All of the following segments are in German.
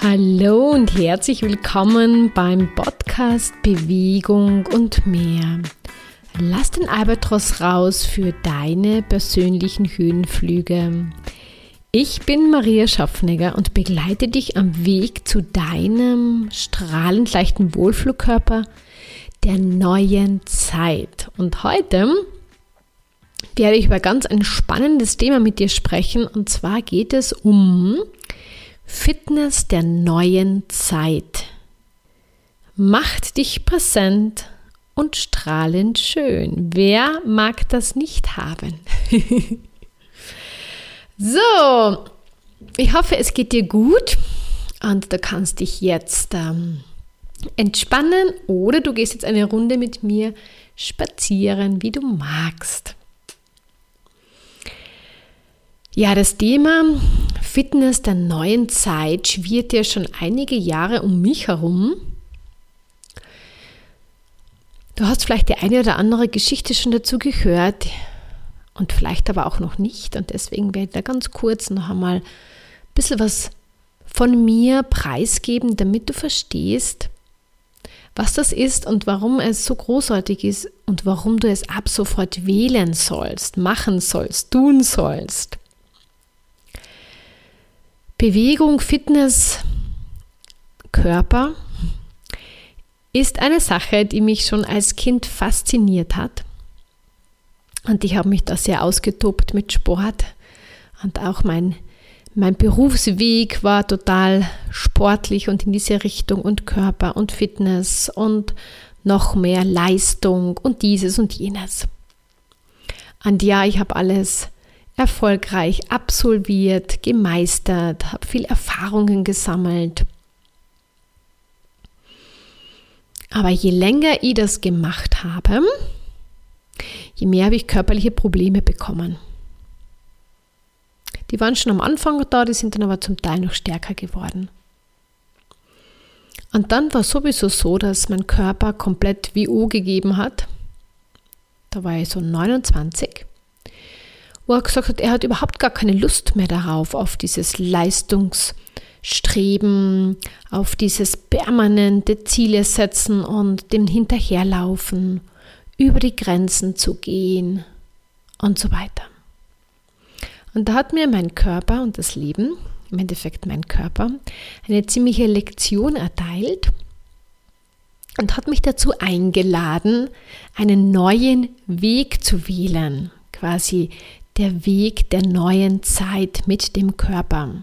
Hallo und herzlich willkommen beim Podcast Bewegung und mehr. Lass den Albatros raus für deine persönlichen Höhenflüge. Ich bin Maria Schaffnegger und begleite dich am Weg zu deinem strahlend leichten Wohlflugkörper der neuen Zeit. Und heute werde ich über ganz ein spannendes Thema mit dir sprechen, und zwar geht es um Fitness der neuen Zeit. Macht dich präsent und strahlend schön. Wer mag das nicht haben? So, ich hoffe, es geht dir gut und du kannst dich jetzt entspannen oder du gehst jetzt eine Runde mit mir spazieren, wie du magst. Ja, das Thema Fitness der neuen Zeit schwirrt ja schon einige Jahre um mich herum. Du hast vielleicht die eine oder andere Geschichte schon dazu gehört und vielleicht aber auch noch nicht. Und deswegen werde ich da ganz kurz noch einmal ein bisschen was von mir preisgeben, damit du verstehst, was das ist und warum es so großartig ist und warum du es ab sofort wählen sollst, machen sollst, tun sollst. Bewegung, Fitness, Körper ist eine Sache, die mich schon als Kind fasziniert hat. Und ich habe mich da sehr ausgetobt mit Sport. Und auch mein Berufsweg war total sportlich und in diese Richtung und Körper und Fitness und noch mehr Leistung und dieses und jenes. Und ja, ich habe alles erfolgreich absolviert, gemeistert, habe viel Erfahrungen gesammelt. Aber je länger ich das gemacht habe, je mehr habe ich körperliche Probleme bekommen. Die waren schon am Anfang da, die sind dann aber zum Teil noch stärker geworden. Und dann war sowieso so, dass mein Körper komplett WO gegeben hat. Da war ich so 29. Wo er gesagt hat, er hat überhaupt gar keine Lust mehr darauf, auf dieses Leistungsstreben, auf dieses permanente Ziele setzen und dem hinterherlaufen, über die Grenzen zu gehen und so weiter. Und da hat mir mein Körper und das Leben, im Endeffekt mein Körper, eine ziemliche Lektion erteilt und hat mich dazu eingeladen, einen neuen Weg zu wählen, quasi der Weg der neuen Zeit mit dem Körper.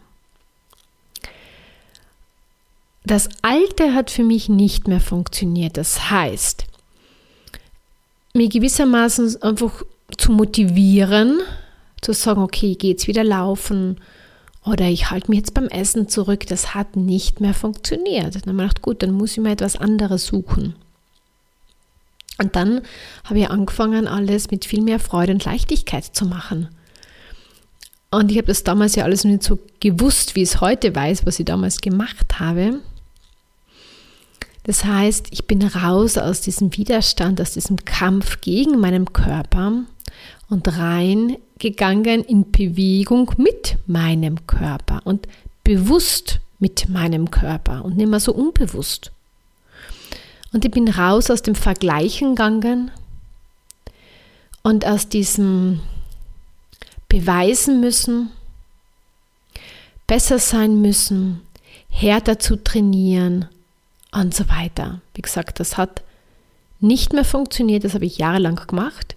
Das Alte hat für mich nicht mehr funktioniert. Das heißt, mir gewissermaßen einfach zu motivieren, zu sagen, okay, ich gehe jetzt wieder laufen oder ich halte mich jetzt beim Essen zurück, das hat nicht mehr funktioniert. Dann habe ich gedacht, gut, dann muss ich mir etwas anderes suchen. Und dann habe ich angefangen, alles mit viel mehr Freude und Leichtigkeit zu machen. Und ich habe das damals ja alles nicht so gewusst, wie ich es heute weiß, was ich damals gemacht habe. Das heißt, ich bin raus aus diesem Widerstand, aus diesem Kampf gegen meinen Körper und reingegangen in Bewegung mit meinem Körper und bewusst mit meinem Körper und nicht mehr so unbewusst. Und ich bin raus aus dem Vergleichen gegangen und aus diesem beweisen müssen, besser sein müssen, härter zu trainieren und so weiter. Wie gesagt, das hat nicht mehr funktioniert, das habe ich jahrelang gemacht.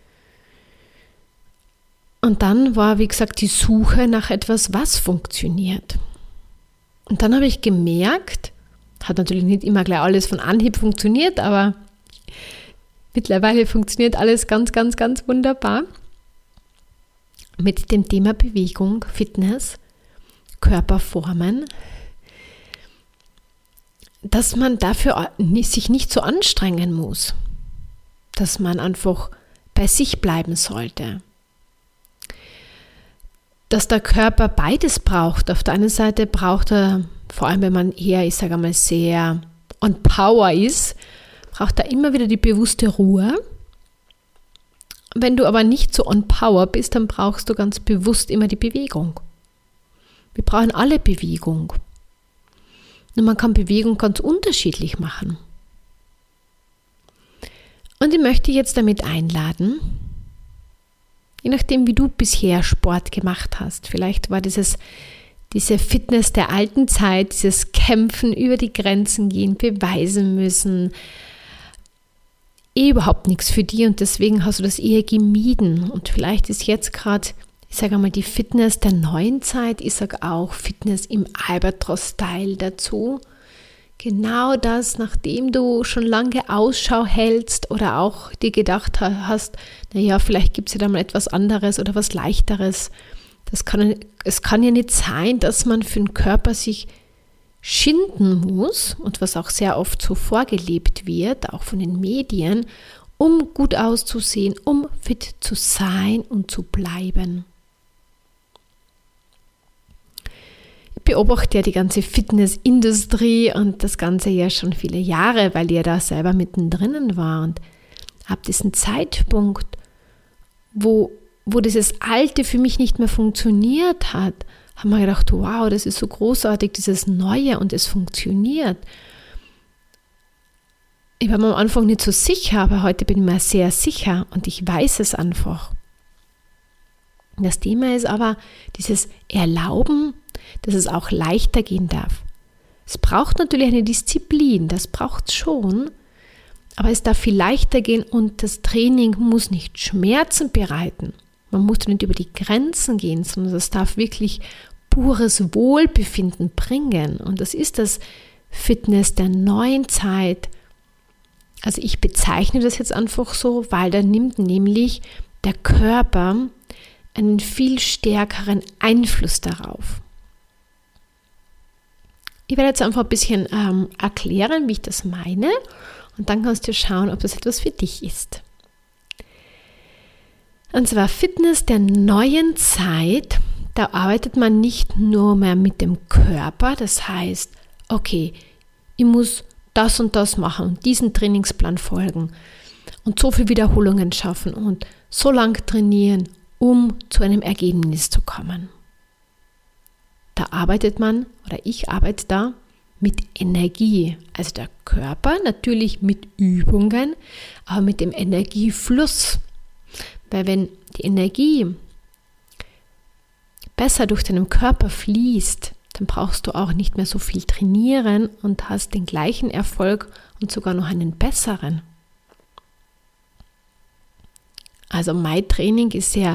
Und dann war, wie gesagt, die Suche nach etwas, was funktioniert. Und dann habe ich gemerkt, hat natürlich nicht immer gleich alles von Anhieb funktioniert, aber mittlerweile funktioniert alles ganz, ganz, ganz wunderbar mit dem Thema Bewegung, Fitness, Körperformen, dass man dafür sich nicht so anstrengen muss, dass man einfach bei sich bleiben sollte. Dass der Körper beides braucht. Auf der einen Seite braucht er, vor allem wenn man eher, ich sage mal, sehr on Power ist, braucht er immer wieder die bewusste Ruhe. Wenn du aber nicht so on Power bist, dann brauchst du ganz bewusst immer die Bewegung. Wir brauchen alle Bewegung. Und man kann Bewegung ganz unterschiedlich machen. Und ich möchte jetzt damit einladen, je nachdem, wie du bisher Sport gemacht hast. Vielleicht war diese Fitness der alten Zeit, dieses Kämpfen, über die Grenzen gehen, beweisen müssen, überhaupt nichts für dich und deswegen hast du das eher gemieden. Und vielleicht ist jetzt gerade, ich sage einmal, die Fitness der neuen Zeit, ich sage auch Fitness im Albatros-Style dazu. Genau das, nachdem du schon lange Ausschau hältst oder auch dir gedacht hast, naja, vielleicht gibt es ja da mal etwas anderes oder was Leichteres. Es kann ja nicht sein, dass man für den Körper sich schinden muss und was auch sehr oft so vorgelebt wird, auch von den Medien, um gut auszusehen, um fit zu sein und zu bleiben. Ich beobachte ja die ganze Fitnessindustrie und das Ganze ja schon viele Jahre, weil ich ja da selber mittendrin war und ab diesem Zeitpunkt, wo dieses Alte für mich nicht mehr funktioniert hat, haben wir gedacht, wow, das ist so großartig, dieses Neue und es funktioniert. Ich war mir am Anfang nicht so sicher, aber heute bin ich mir sehr sicher und ich weiß es einfach. Das Thema ist aber dieses Erlauben, dass es auch leichter gehen darf. Es braucht natürlich eine Disziplin, das braucht es schon, aber es darf viel leichter gehen und das Training muss nicht Schmerzen bereiten. Man muss nicht über die Grenzen gehen, sondern es darf wirklich pures Wohlbefinden bringen. Und das ist das Fitness der neuen Zeit. Also ich bezeichne das jetzt einfach so, weil da nimmt nämlich der Körper einen viel stärkeren Einfluss darauf. Ich werde jetzt einfach ein bisschen erklären, wie ich das meine und dann kannst du schauen, ob das etwas für dich ist. Und zwar Fitness der neuen Zeit, da arbeitet man nicht nur mehr mit dem Körper, das heißt, okay, ich muss das und das machen und diesen Trainingsplan folgen und so viele Wiederholungen schaffen und so lang trainieren, um zu einem Ergebnis zu kommen. Da arbeitet man, oder ich arbeite da, mit Energie. Also der Körper natürlich mit Übungen, aber mit dem Energiefluss. Weil wenn die Energie besser durch deinen Körper fließt, dann brauchst du auch nicht mehr so viel trainieren und hast den gleichen Erfolg und sogar noch einen besseren. Also mein Training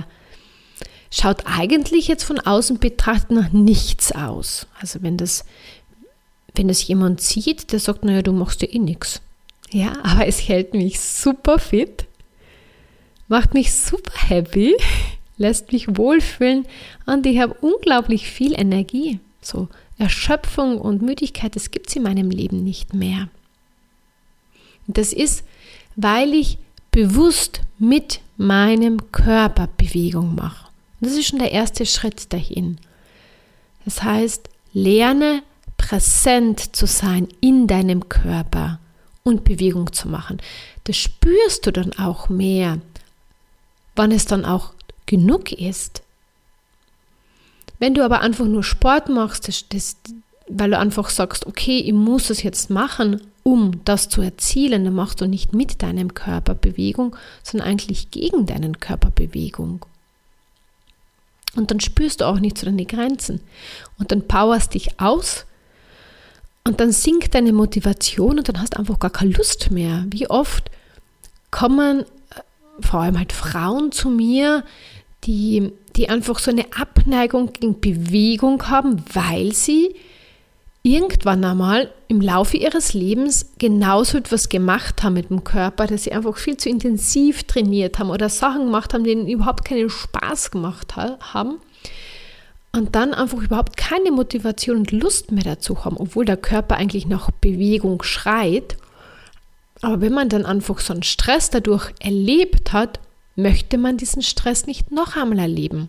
schaut eigentlich jetzt von außen betrachtet nach nichts aus. Also wenn das jemand sieht, der sagt, naja, du machst ja eh nichts. Ja, aber es hält mich super fit, macht mich super happy, lässt mich wohlfühlen und ich habe unglaublich viel Energie. So Erschöpfung und Müdigkeit, das gibt es in meinem Leben nicht mehr. Und das ist, weil ich bewusst mit meinem Körper Bewegung mache. Und das ist schon der erste Schritt dahin. Das heißt, lerne präsent zu sein in deinem Körper und Bewegung zu machen. Das spürst du dann auch mehr, wann es dann auch genug ist. Wenn du aber einfach nur Sport machst, weil du einfach sagst, okay, ich muss es jetzt machen, um das zu erzielen, dann machst du nicht mit deinem Körper Bewegung, sondern eigentlich gegen deinen Körper Bewegung. Und dann spürst du auch nicht so deine Grenzen. Und dann powerst dich aus und dann sinkt deine Motivation und dann hast du einfach gar keine Lust mehr. Wie oft kommen vor allem halt Frauen zu mir, die einfach so eine Abneigung gegen Bewegung haben, weil sie irgendwann einmal im Laufe ihres Lebens genauso etwas gemacht haben mit dem Körper, dass sie einfach viel zu intensiv trainiert haben oder Sachen gemacht haben, die ihnen überhaupt keinen Spaß gemacht haben und dann einfach überhaupt keine Motivation und Lust mehr dazu haben, obwohl der Körper eigentlich nach Bewegung schreit. Aber wenn man dann einfach so einen Stress dadurch erlebt hat, möchte man diesen Stress nicht noch einmal erleben.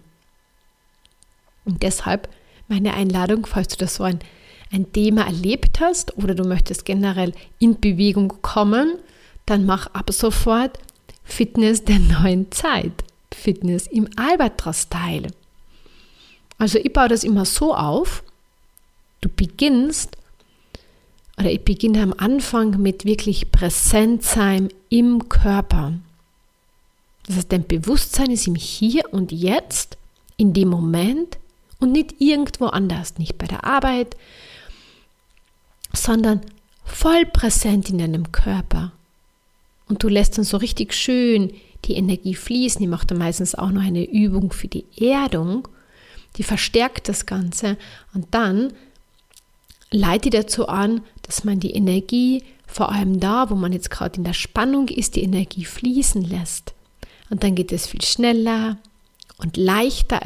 Und deshalb meine Einladung, falls du das so ein Thema erlebt hast oder du möchtest generell in Bewegung kommen, dann mach ab sofort Fitness der neuen Zeit, Fitness im Albatros-Style. Also ich baue das immer so auf, du beginnst oder ich beginne am Anfang mit wirklich Präsentsein im Körper. Das heißt, dein Bewusstsein ist im Hier und Jetzt, in dem Moment und nicht irgendwo anders, nicht bei der Arbeit, sondern voll präsent in deinem Körper. Und du lässt dann so richtig schön die Energie fließen. Ich mache dann meistens auch noch eine Übung für die Erdung, die verstärkt das Ganze. Und dann leite ich dazu an, dass man die Energie, vor allem da, wo man jetzt gerade in der Spannung ist, die Energie fließen lässt. Und dann geht es viel schneller und leichter,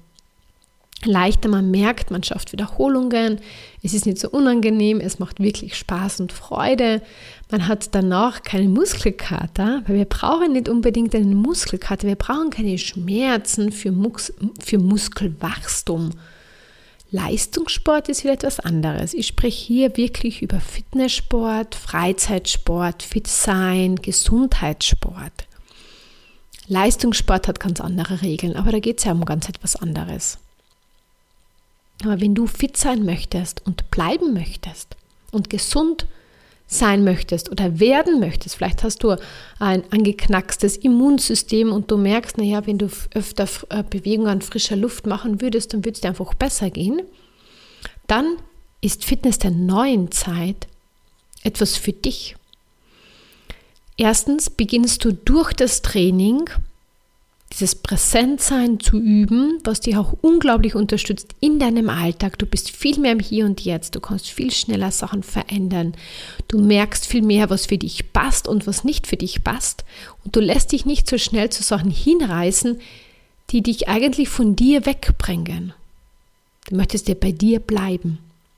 man merkt, man schafft Wiederholungen, es ist nicht so unangenehm, es macht wirklich Spaß und Freude. Man hat danach keinen Muskelkater, weil wir brauchen nicht unbedingt einen Muskelkater, wir brauchen keine Schmerzen für Muskelwachstum. Leistungssport ist wieder etwas anderes. Ich spreche hier wirklich über Fitnesssport, Freizeitsport, Fit sein, Gesundheitssport. Leistungssport hat ganz andere Regeln, aber da geht es ja um ganz etwas anderes. Aber wenn du fit sein möchtest und bleiben möchtest und gesund sein möchtest oder werden möchtest, vielleicht hast du ein angeknackstes Immunsystem und du merkst, wenn du öfter Bewegung an frischer Luft machen würdest, dann würde es dir einfach besser gehen, dann ist Fitness der neuen Zeit etwas für dich. Erstens beginnst du durch das Training dieses Präsentsein zu üben, was dich auch unglaublich unterstützt in deinem Alltag. Du bist viel mehr im Hier und Jetzt, du kannst viel schneller Sachen verändern. Du merkst viel mehr, was für dich passt und was nicht für dich passt. Und du lässt dich nicht so schnell zu Sachen hinreißen, die dich eigentlich von dir wegbringen. Du möchtest ja bei dir bleiben.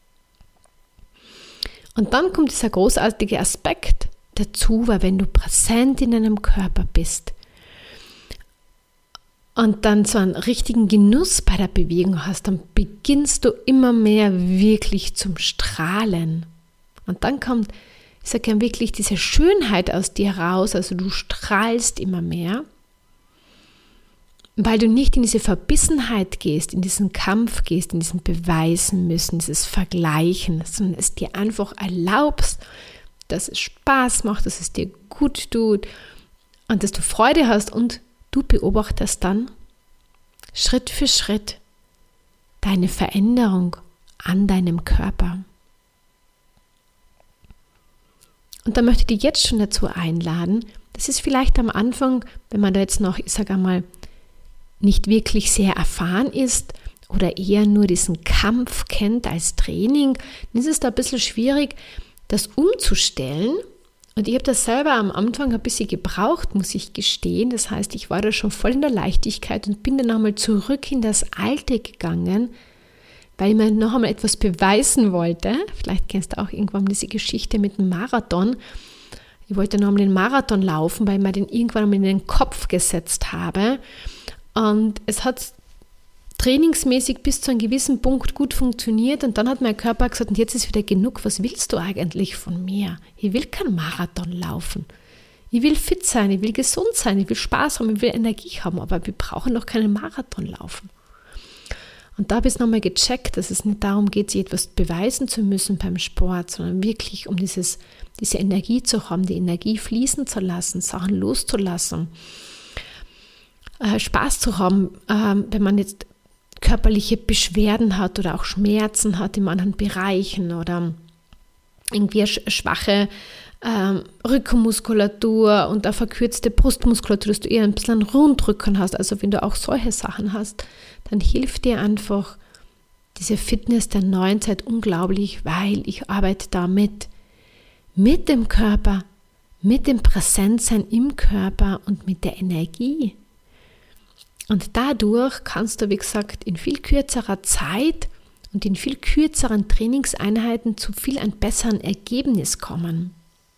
Und dann kommt dieser großartige Aspekt dazu, weil wenn du präsent in deinem Körper bist, und dann so einen richtigen Genuss bei der Bewegung hast, dann beginnst du immer mehr wirklich zum Strahlen. Und dann kommt, ich sage ja wirklich, diese Schönheit aus dir raus, also du strahlst immer mehr, weil du nicht in diese Verbissenheit gehst, in diesen Kampf gehst, in diesen Beweisen müssen, dieses Vergleichen, sondern es dir einfach erlaubst, dass es Spaß macht, dass es dir gut tut und dass du Freude hast und du beobachtest dann Schritt für Schritt deine Veränderung an deinem Körper. Und da möchte ich dich jetzt schon dazu einladen, das ist vielleicht am Anfang, wenn man da jetzt noch, ich sage einmal, nicht wirklich sehr erfahren ist oder eher nur diesen Kampf kennt als Training, dann ist es da ein bisschen schwierig, das umzustellen. Und ich habe das selber am Anfang ein bisschen gebraucht, muss ich gestehen. Das heißt, ich war da schon voll in der Leichtigkeit und bin dann nochmal zurück in das Alte gegangen, weil ich mir noch einmal etwas beweisen wollte. Vielleicht kennst du auch irgendwann diese Geschichte mit dem Marathon. Ich wollte noch einmal den Marathon laufen, weil ich mir den irgendwann mal in den Kopf gesetzt habe. Und es hat trainingsmäßig bis zu einem gewissen Punkt gut funktioniert und dann hat mein Körper gesagt, und jetzt ist wieder genug, was willst du eigentlich von mir? Ich will keinen Marathon laufen. Ich will fit sein, ich will gesund sein, ich will Spaß haben, ich will Energie haben, aber wir brauchen doch keinen Marathon laufen. Und da habe ich es nochmal gecheckt, dass es nicht darum geht, sich etwas beweisen zu müssen beim Sport, sondern wirklich um diese Energie zu haben, die Energie fließen zu lassen, Sachen loszulassen, Spaß zu haben, wenn man jetzt körperliche Beschwerden hat oder auch Schmerzen hat in anderen Bereichen oder irgendwie schwache Rückenmuskulatur und eine verkürzte Brustmuskulatur, dass du eher ein bisschen einen Rundrücken hast, also wenn du auch solche Sachen hast, dann hilft dir einfach diese Fitness der neuen Zeit unglaublich, weil ich arbeite da mit dem Körper, mit dem Präsentsein im Körper und mit der Energie. Und dadurch kannst du, wie gesagt, in viel kürzerer Zeit und in viel kürzeren Trainingseinheiten zu viel einem besseren Ergebnis kommen.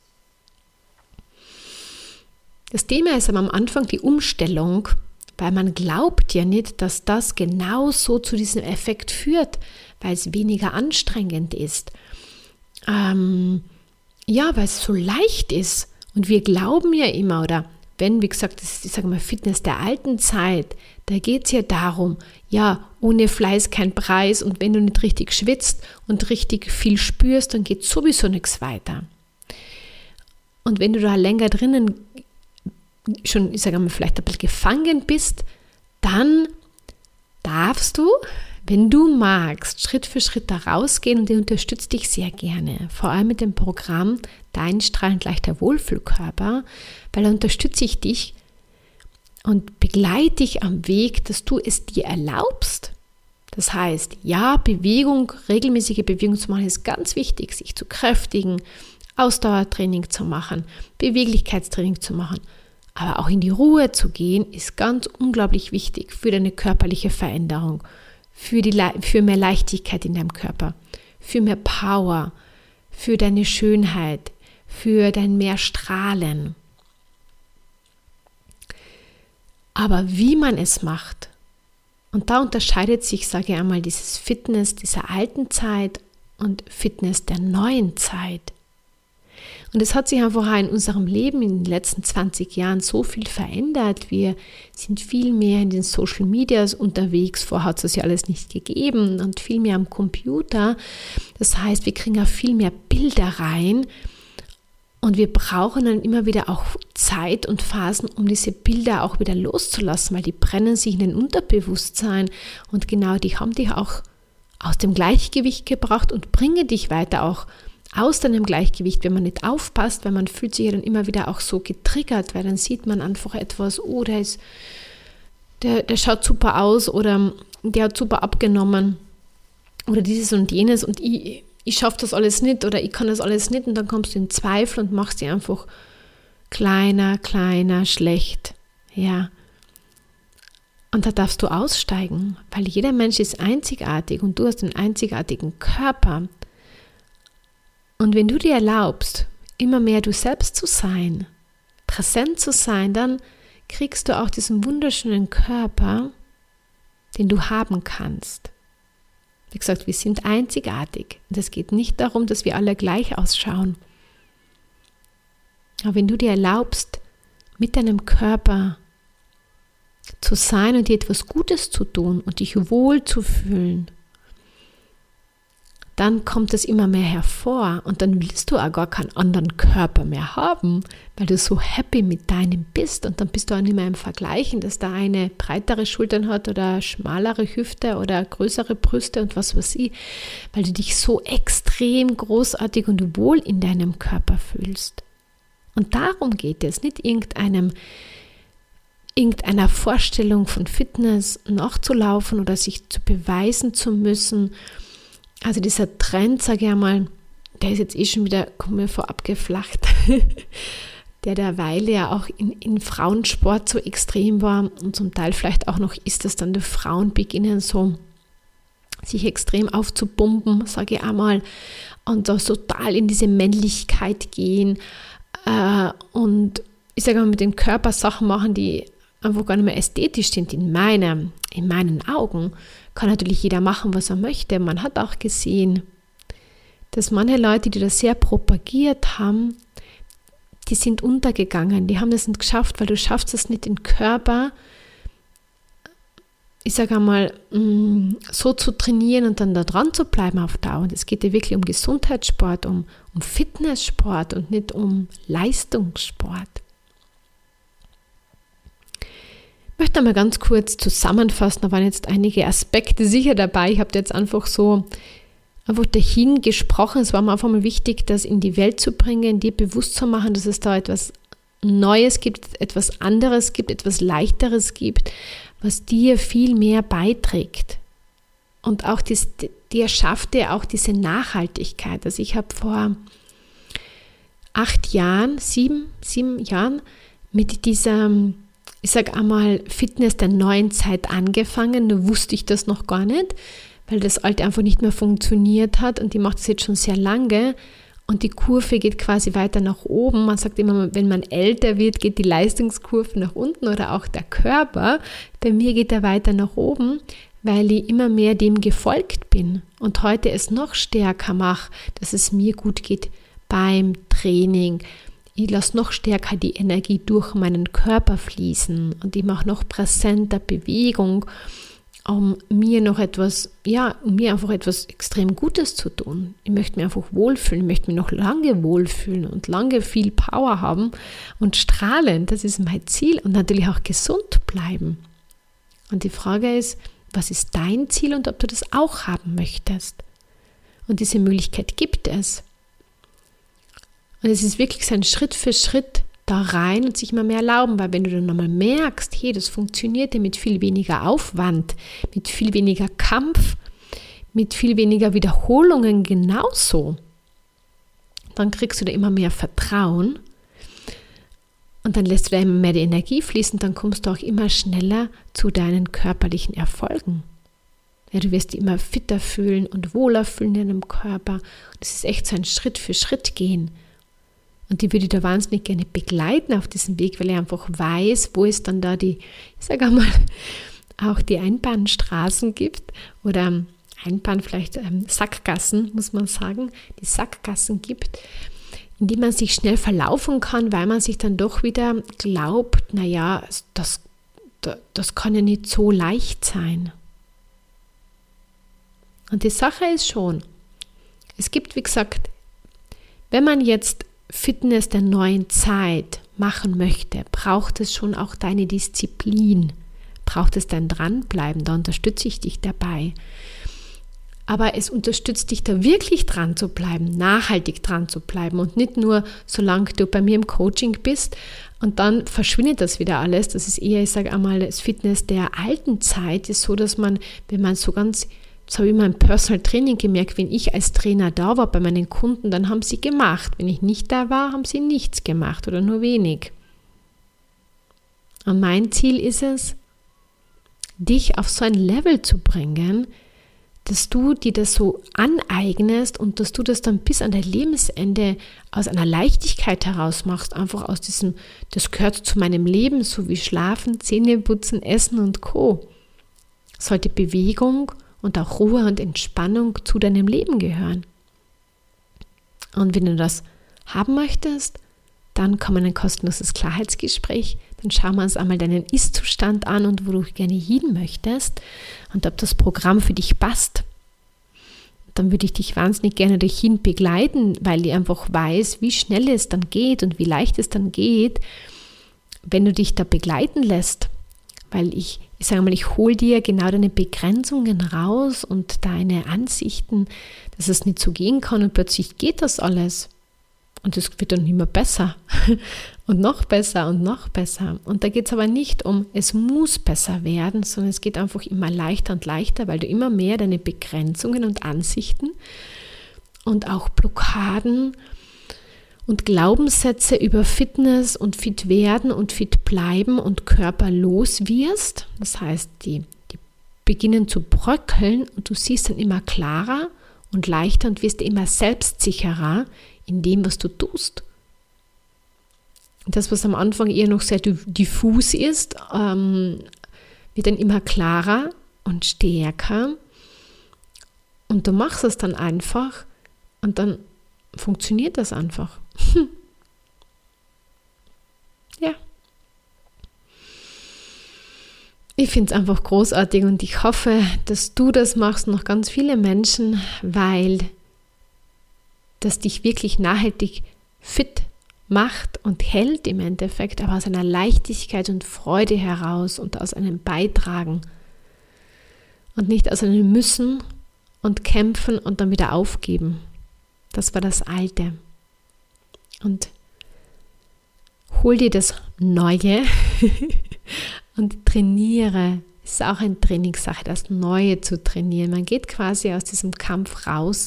Das Thema ist aber am Anfang die Umstellung, weil man glaubt ja nicht, dass das genauso zu diesem Effekt führt, weil es weniger anstrengend ist. Weil es so leicht ist. Und wir glauben ja immer, oder wenn, wie gesagt, das ist, ich sage mal, Fitness der alten Zeit, da geht es ja darum, ja, ohne Fleiß kein Preis, und wenn du nicht richtig schwitzt und richtig viel spürst, dann geht sowieso nichts weiter. Und wenn du da länger drinnen schon, ich sage mal, vielleicht ein bisschen gefangen bist, dann darfst du, wenn du magst, Schritt für Schritt da rausgehen, und ich unterstütze dich sehr gerne, vor allem mit dem Programm Dein strahlend leichter Wohlfühlkörper, weil da unterstütze ich dich und begleite dich am Weg, dass du es dir erlaubst. Das heißt, ja, regelmäßige Bewegung zu machen ist ganz wichtig, sich zu kräftigen, Ausdauertraining zu machen, Beweglichkeitstraining zu machen, aber auch in die Ruhe zu gehen, ist ganz unglaublich wichtig für deine körperliche Veränderung, für mehr Leichtigkeit in deinem Körper, für mehr Power, für deine Schönheit, für dein mehr Strahlen. Aber wie man es macht, und da unterscheidet sich, sage ich einmal, dieses Fitness dieser alten Zeit und Fitness der neuen Zeit. Und es hat sich einfach auch in unserem Leben in den letzten 20 Jahren so viel verändert. Wir sind viel mehr in den Social Medias unterwegs. Vorher hat es das ja alles nicht gegeben, und viel mehr am Computer. Das heißt, wir kriegen auch viel mehr Bilder rein, und wir brauchen dann immer wieder auch Zeit und Phasen, um diese Bilder auch wieder loszulassen, weil die brennen sich in den Unterbewusstsein, und genau die haben dich auch aus dem Gleichgewicht gebracht und bringen dich weiter auch aus deinem Gleichgewicht, wenn man nicht aufpasst, weil man fühlt sich ja dann immer wieder auch so getriggert, weil dann sieht man einfach etwas, oh, der schaut super aus, oder der hat super abgenommen oder dieses und jenes, und ich schaffe das alles nicht oder ich kann das alles nicht, und dann kommst du in Zweifel und machst dich einfach kleiner, schlecht, ja. Und da darfst du aussteigen, weil jeder Mensch ist einzigartig und du hast einen einzigartigen Körper. Und wenn du dir erlaubst, immer mehr du selbst zu sein, präsent zu sein, dann kriegst du auch diesen wunderschönen Körper, den du haben kannst. Wie gesagt, wir sind einzigartig. Und es geht nicht darum, dass wir alle gleich ausschauen. Aber wenn du dir erlaubst, mit deinem Körper zu sein und dir etwas Gutes zu tun und dich wohl zu fühlen, dann kommt das immer mehr hervor, und dann willst du auch gar keinen anderen Körper mehr haben, weil du so happy mit deinem bist, und dann bist du auch nicht mehr im Vergleichen, dass der eine breitere Schultern hat oder schmalere Hüfte oder größere Brüste und was weiß ich, weil du dich so extrem großartig und wohl in deinem Körper fühlst. Und darum geht es, nicht irgendeiner Vorstellung von Fitness nachzulaufen oder sich zu beweisen zu müssen. Also dieser Trend, sage ich einmal, der ist jetzt schon wieder, kommt mir vor, abgeflacht, der derweil ja auch in Frauensport so extrem war, und zum Teil vielleicht auch noch ist, dass dann die Frauen beginnen so sich extrem aufzupumpen, sage ich einmal, und da total in diese Männlichkeit gehen und ich sage mal, mit dem Körper Sachen machen, die einfach gar nicht mehr ästhetisch sind in meinen Augen. Kann natürlich jeder machen, was er möchte. Man hat auch gesehen, dass manche Leute, die das sehr propagiert haben, die sind untergegangen. Die haben das nicht geschafft, weil du schaffst es nicht, den Körper, ich sage einmal, so zu trainieren und dann da dran zu bleiben auf Dauer. Und es geht ja wirklich um Gesundheitssport, um Fitnesssport und nicht um Leistungssport. Ich möchte einmal ganz kurz zusammenfassen, da waren jetzt einige Aspekte sicher dabei. Ich habe jetzt einfach dahin gesprochen. Es war mir einfach mal wichtig, das in die Welt zu bringen, dir bewusst zu machen, dass es da etwas Neues gibt, etwas anderes gibt, etwas Leichteres gibt, was dir viel mehr beiträgt. Und auch dir schafft dir auch diese Nachhaltigkeit. Also ich habe vor 7 Jahren mit dieser, ich sage einmal, Fitness der neuen Zeit angefangen. Da wusste ich das noch gar nicht, weil das alte einfach nicht mehr funktioniert hat, und die macht das jetzt schon sehr lange und die Kurve geht quasi weiter nach oben. Man sagt immer, wenn man älter wird, geht die Leistungskurve nach unten oder auch der Körper. Bei mir geht er weiter nach oben, weil ich immer mehr dem gefolgt bin und heute es noch stärker mache, dass es mir gut geht beim Training, ich lasse noch stärker die Energie durch meinen Körper fließen und ich mache noch präsenter Bewegung, um mir einfach etwas extrem Gutes zu tun. Ich möchte mich einfach wohlfühlen, ich möchte mich noch lange wohlfühlen und lange viel Power haben und strahlen. Das ist mein Ziel und natürlich auch gesund bleiben. Und die Frage ist, was ist dein Ziel und ob du das auch haben möchtest? Und diese Möglichkeit gibt es. Und es ist wirklich so ein Schritt für Schritt da rein und sich immer mehr erlauben, weil wenn du dann nochmal merkst, hey, das funktioniert ja mit viel weniger Aufwand, mit viel weniger Kampf, mit viel weniger Wiederholungen genauso, dann kriegst du da immer mehr Vertrauen und dann lässt du da immer mehr die Energie fließen, dann kommst du auch immer schneller zu deinen körperlichen Erfolgen. Ja, du wirst dich immer fitter fühlen und wohler fühlen in deinem Körper. Das ist echt so ein Schritt für Schritt gehen. Und die würde ich da wahnsinnig gerne begleiten auf diesem Weg, weil ich einfach weiß, wo es dann da die Einbahnstraßen gibt oder Sackgassen, muss man sagen, die Sackgassen gibt, in die man sich schnell verlaufen kann, weil man sich dann doch wieder glaubt, das kann ja nicht so leicht sein. Und die Sache ist schon, es gibt, wie gesagt, wenn man jetzt Fitness der neuen Zeit machen möchte, braucht es schon auch deine Disziplin, braucht es dein Dranbleiben, da unterstütze ich dich dabei. Aber es unterstützt dich da wirklich dran zu bleiben, nachhaltig dran zu bleiben und nicht nur, solange du bei mir im Coaching bist und dann verschwindet das wieder alles. Das ist eher, ich sage einmal, das Fitness der alten Zeit ist so, dass man, wenn man so ganz, das habe ich immer im Personal Training gemerkt, wenn ich als Trainer da war bei meinen Kunden, dann haben sie gemacht. Wenn ich nicht da war, haben sie nichts gemacht oder nur wenig. Und mein Ziel ist es, dich auf so ein Level zu bringen, dass du dir das so aneignest und dass du das dann bis an dein Lebensende aus einer Leichtigkeit heraus machst, einfach aus diesem, das gehört zu meinem Leben, so wie Schlafen, Zähne putzen, Essen und Co. Sollte Bewegung und auch Ruhe und Entspannung zu deinem Leben gehören. Und wenn du das haben möchtest, dann komm in ein kostenloses Klarheitsgespräch. Dann schauen wir uns einmal deinen Ist-Zustand an und wo du gerne hin möchtest und ob das Programm für dich passt. Dann würde ich dich wahnsinnig gerne dahin begleiten, weil ich einfach weiß, wie schnell es dann geht und wie leicht es dann geht, wenn du dich da begleiten lässt. Weil ich sage mal, ich hole dir genau deine Begrenzungen raus und deine Ansichten, dass es nicht so gehen kann und plötzlich geht das alles. Und es wird dann immer besser und noch besser und noch besser. Und da geht es aber nicht um, es muss besser werden, sondern es geht einfach immer leichter und leichter, weil du immer mehr deine Begrenzungen und Ansichten und auch Blockaden und Glaubenssätze über Fitness und fit werden und fit bleiben und Körper los wirst. Das heißt, die beginnen zu bröckeln und du siehst dann immer klarer und leichter und wirst immer selbstsicherer in dem, was du tust. Das, was am Anfang eher noch sehr diffus ist, wird dann immer klarer und stärker und du machst es dann einfach und dann funktioniert das einfach. Ja. Ich finde es einfach großartig und ich hoffe, dass du das machst, noch ganz viele Menschen, weil das dich wirklich nachhaltig fit macht und hält im Endeffekt, aber aus einer Leichtigkeit und Freude heraus und aus einem Beitragen und nicht aus einem Müssen und Kämpfen und dann wieder aufgeben. Das war das Alte. Und hol dir das Neue und trainiere. Es ist auch eine Trainingssache, das Neue zu trainieren. Man geht quasi aus diesem Kampf raus.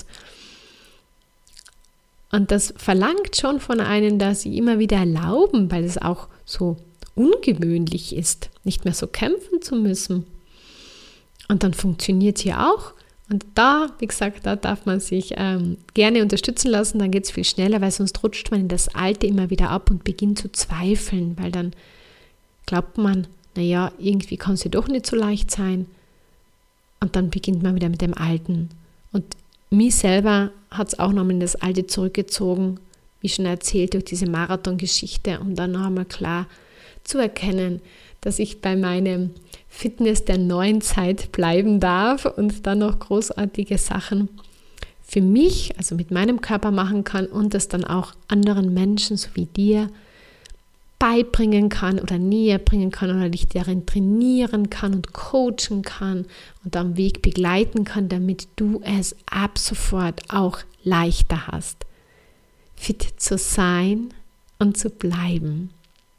Und das verlangt schon von einem, dass sie immer wieder erlauben, weil es auch so ungewöhnlich ist, nicht mehr so kämpfen zu müssen. Und dann funktioniert es ja auch. Und da, wie gesagt, da darf man sich gerne unterstützen lassen, dann geht es viel schneller, weil sonst rutscht man in das Alte immer wieder ab und beginnt zu zweifeln, weil dann glaubt man, naja, irgendwie kann es ja doch nicht so leicht sein. Und dann beginnt man wieder mit dem Alten. Und mich selber hat es auch nochmal in das Alte zurückgezogen, wie schon erzählt, durch diese Marathon-Geschichte, um dann noch einmal klar zu erkennen, dass ich bei meinem Fitness der neuen Zeit bleiben darf und dann noch großartige Sachen für mich, also mit meinem Körper machen kann und das dann auch anderen Menschen, so wie dir, beibringen kann oder näher bringen kann oder dich darin trainieren kann und coachen kann und am Weg begleiten kann, damit du es ab sofort auch leichter hast, fit zu sein und zu bleiben.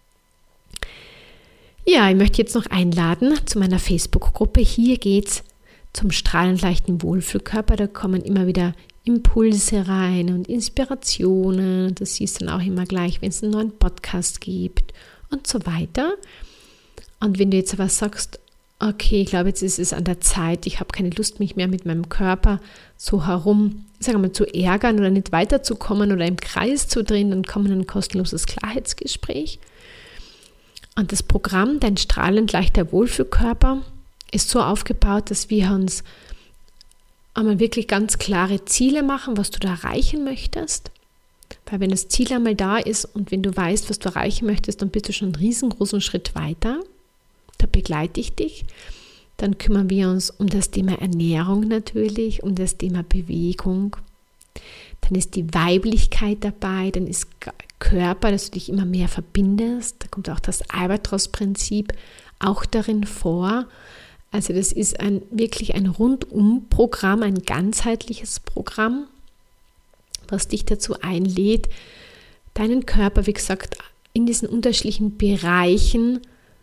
Ja, ich möchte jetzt noch einladen zu meiner Facebook-Gruppe. Hier geht es zum strahlend leichten Wohlfühlkörper. Da kommen immer wieder Impulse rein und Inspirationen. Das siehst du dann auch immer gleich, wenn es einen neuen Podcast gibt und so weiter. Und wenn du jetzt aber sagst, okay, ich glaube, jetzt ist es an der Zeit, ich habe keine Lust, mich mehr mit meinem Körper so herum, sagen wir mal, zu ärgern oder nicht weiterzukommen oder im Kreis zu drehen, dann kommt ein kostenloses Klarheitsgespräch. Und das Programm, dein strahlend leichter Wohlfühlkörper, ist so aufgebaut, dass wir uns einmal wirklich ganz klare Ziele machen, was du da erreichen möchtest. Weil wenn das Ziel einmal da ist und wenn du weißt, was du erreichen möchtest, dann bist du schon einen riesengroßen Schritt weiter. Da begleite ich dich. Dann kümmern wir uns um das Thema Ernährung natürlich, um das Thema Bewegung. Dann ist die Weiblichkeit dabei, dann ist Körper, dass du dich immer mehr verbindest. Da kommt auch das Albatros-Prinzip auch darin vor. Also das ist wirklich ein Rundum-Programm, ein ganzheitliches Programm, was dich dazu einlädt, deinen Körper, wie gesagt, in diesen unterschiedlichen Bereichen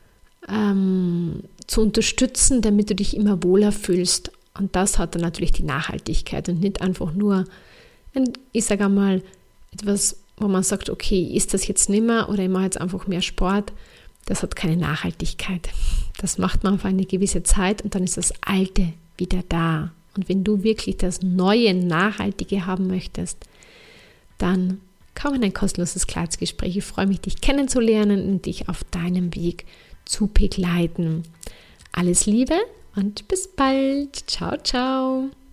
zu unterstützen, damit du dich immer wohler fühlst. Und das hat dann natürlich die Nachhaltigkeit und nicht einfach nur, ich sage einmal, etwas, wo man sagt, okay, ist das jetzt nicht mehr oder ich mache jetzt einfach mehr Sport. Das hat keine Nachhaltigkeit. Das macht man für eine gewisse Zeit und dann ist das Alte wieder da. Und wenn du wirklich das neue, Nachhaltige haben möchtest, dann komm in ein kostenloses Klarheitsgespräch. Ich freue mich, dich kennenzulernen und dich auf deinem Weg zu begleiten. Alles Liebe und bis bald. Ciao, ciao.